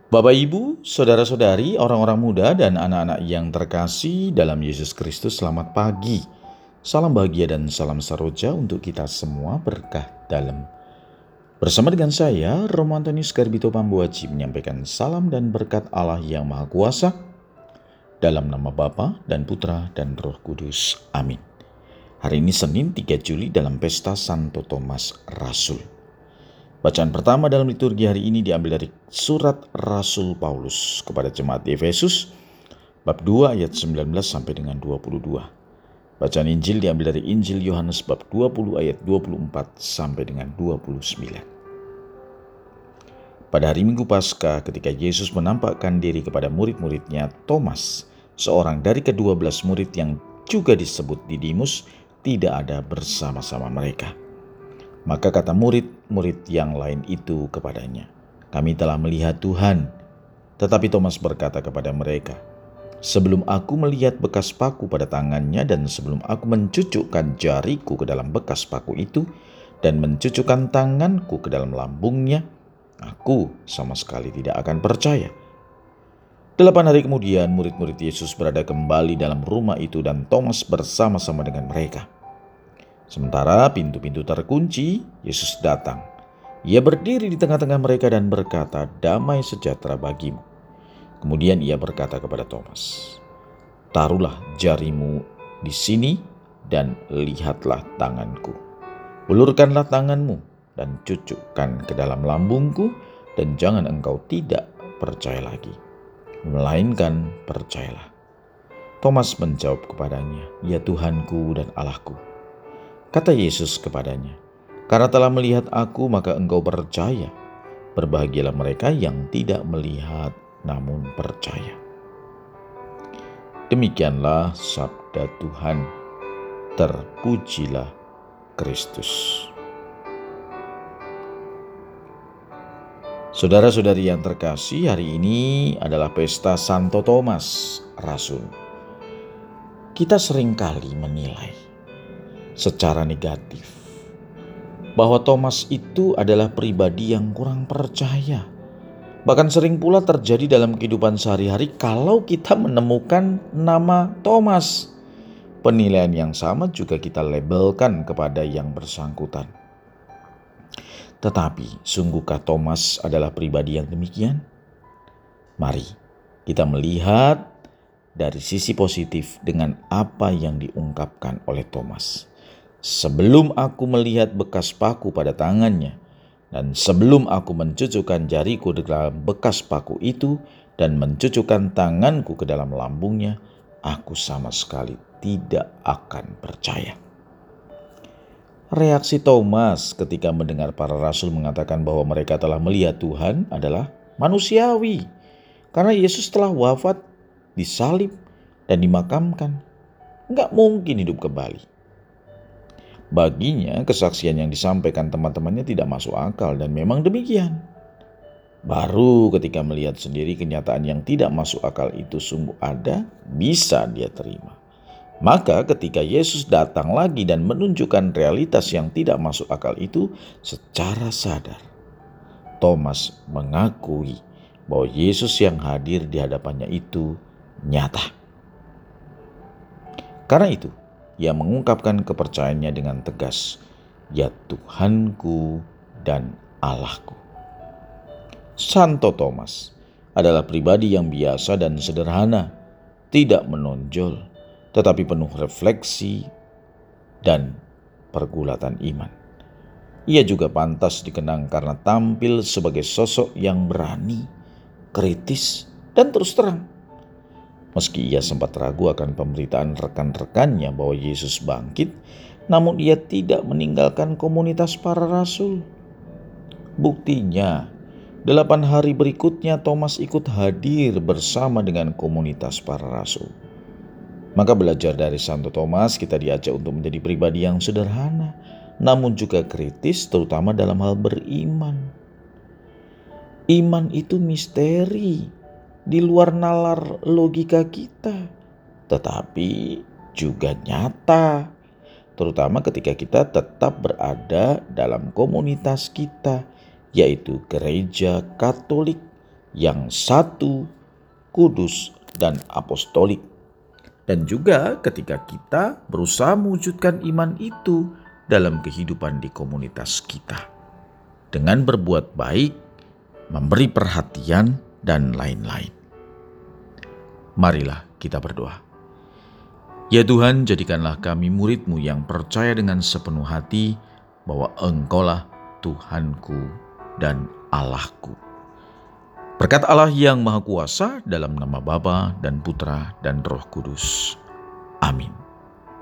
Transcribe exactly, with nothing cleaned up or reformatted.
Bapak, Ibu, saudara-saudari, orang-orang muda, dan anak-anak yang terkasih dalam Yesus Kristus, selamat pagi. Salam bahagia dan salam saroja untuk kita semua, berkah dalam. Bersama dengan saya, Romo Antonius Garbito Pambuaji, menyampaikan salam dan berkat Allah yang Maha Kuasa, dalam nama Bapa dan Putra dan Roh Kudus. Amin. Hari ini Senin tiga Juli dalam pesta Santo Thomas Rasul. Bacaan pertama dalam liturgi hari ini diambil dari surat Rasul Paulus kepada jemaat di Efesus, bab dua ayat sembilan belas sampai dengan dua puluh dua. Bacaan Injil diambil dari Injil Yohanes bab dua puluh ayat dua puluh empat sampai dengan dua puluh sembilan. Pada hari Minggu Paskah, ketika Yesus menampakkan diri kepada murid-muridnya, Thomas, seorang dari kedua belas murid yang juga disebut Didimus, tidak ada bersama-sama mereka. Maka kata murid-murid yang lain itu kepadanya, "Kami telah melihat Tuhan." Tetapi Thomas berkata kepada mereka, "Sebelum aku melihat bekas paku pada tangannya dan sebelum aku mencucukkan jariku ke dalam bekas paku itu dan mencucukkan tanganku ke dalam lambungnya, aku sama sekali tidak akan percaya." Delapan hari kemudian murid-murid Yesus berada kembali dalam rumah itu dan Thomas bersama-sama dengan mereka. Sementara pintu-pintu terkunci, Yesus datang. Ia berdiri di tengah-tengah mereka dan berkata, "Damai sejahtera bagimu." Kemudian ia berkata kepada Thomas, "Taruhlah jarimu di sini dan lihatlah tanganku. Ulurkanlah tanganmu dan cucukkan ke dalam lambungku, dan jangan engkau tidak percaya lagi, melainkan percayalah." Thomas menjawab kepadanya, "Ya Tuhanku dan Allahku." Kata Yesus kepadanya, "Karena telah melihat aku, maka engkau percaya. Berbahagialah mereka yang tidak melihat namun percaya." Demikianlah sabda Tuhan. Terpujilah Kristus. Saudara-saudari yang terkasih, hari ini adalah pesta Santo Thomas Rasul. Kita seringkali menilai secara negatif bahwa Thomas itu adalah pribadi yang kurang percaya. Bahkan sering pula terjadi dalam kehidupan sehari-hari kalau kita menemukan nama Thomas. Penilaian yang sama juga kita labelkan kepada yang bersangkutan. Tetapi sungguhkah Thomas adalah pribadi yang demikian? Mari kita melihat dari sisi positif dengan apa yang diungkapkan oleh Thomas. "Sebelum aku melihat bekas paku pada tangannya, dan sebelum aku mencucukkan jariku di dalam bekas paku itu, dan mencucukkan tanganku ke dalam lambungnya, aku sama sekali tidak akan percaya." Reaksi Thomas ketika mendengar para rasul mengatakan bahwa mereka telah melihat Tuhan adalah manusiawi. Karena Yesus telah wafat, disalib, dan dimakamkan. Enggak mungkin hidup kembali. Baginya kesaksian yang disampaikan teman-temannya tidak masuk akal, dan memang demikian. Baru ketika melihat sendiri kenyataan yang tidak masuk akal itu sungguh ada, bisa dia terima. Maka ketika Yesus datang lagi dan menunjukkan realitas yang tidak masuk akal itu, secara sadar Thomas mengakui bahwa Yesus yang hadir di hadapannya itu nyata. Karena itu ia mengungkapkan kepercayaannya dengan tegas, "Ya Tuhanku dan Allahku." Santo Thomas adalah pribadi yang biasa dan sederhana, tidak menonjol, tetapi penuh refleksi dan pergulatan iman. Ia juga pantas dikenang karena tampil sebagai sosok yang berani, kritis, dan terus terang. Meski ia sempat ragu akan pemberitaan rekan-rekannya bahwa Yesus bangkit, namun ia tidak meninggalkan komunitas para rasul. Buktinya, delapan hari berikutnya Thomas ikut hadir bersama dengan komunitas para rasul. Maka belajar dari Santo Thomas, kita diajak untuk menjadi pribadi yang sederhana, namun juga kritis, terutama dalam hal beriman. Iman itu misteri, di luar nalar logika kita, tetapi juga nyata, terutama ketika kita tetap berada dalam komunitas kita, yaitu Gereja Katolik yang satu, kudus, dan apostolik. Dan juga ketika kita berusaha mewujudkan iman itu dalam kehidupan di komunitas kita. Dengan berbuat baik, memberi perhatian, dan lain-lain. Marilah kita berdoa. Ya Tuhan, jadikanlah kami murid-Mu yang percaya dengan sepenuh hati bahwa Engkaulah Tuhanku dan Allahku. Berkat Allah yang Maha Kuasa, dalam nama Bapa dan Putra dan Roh Kudus. Amin.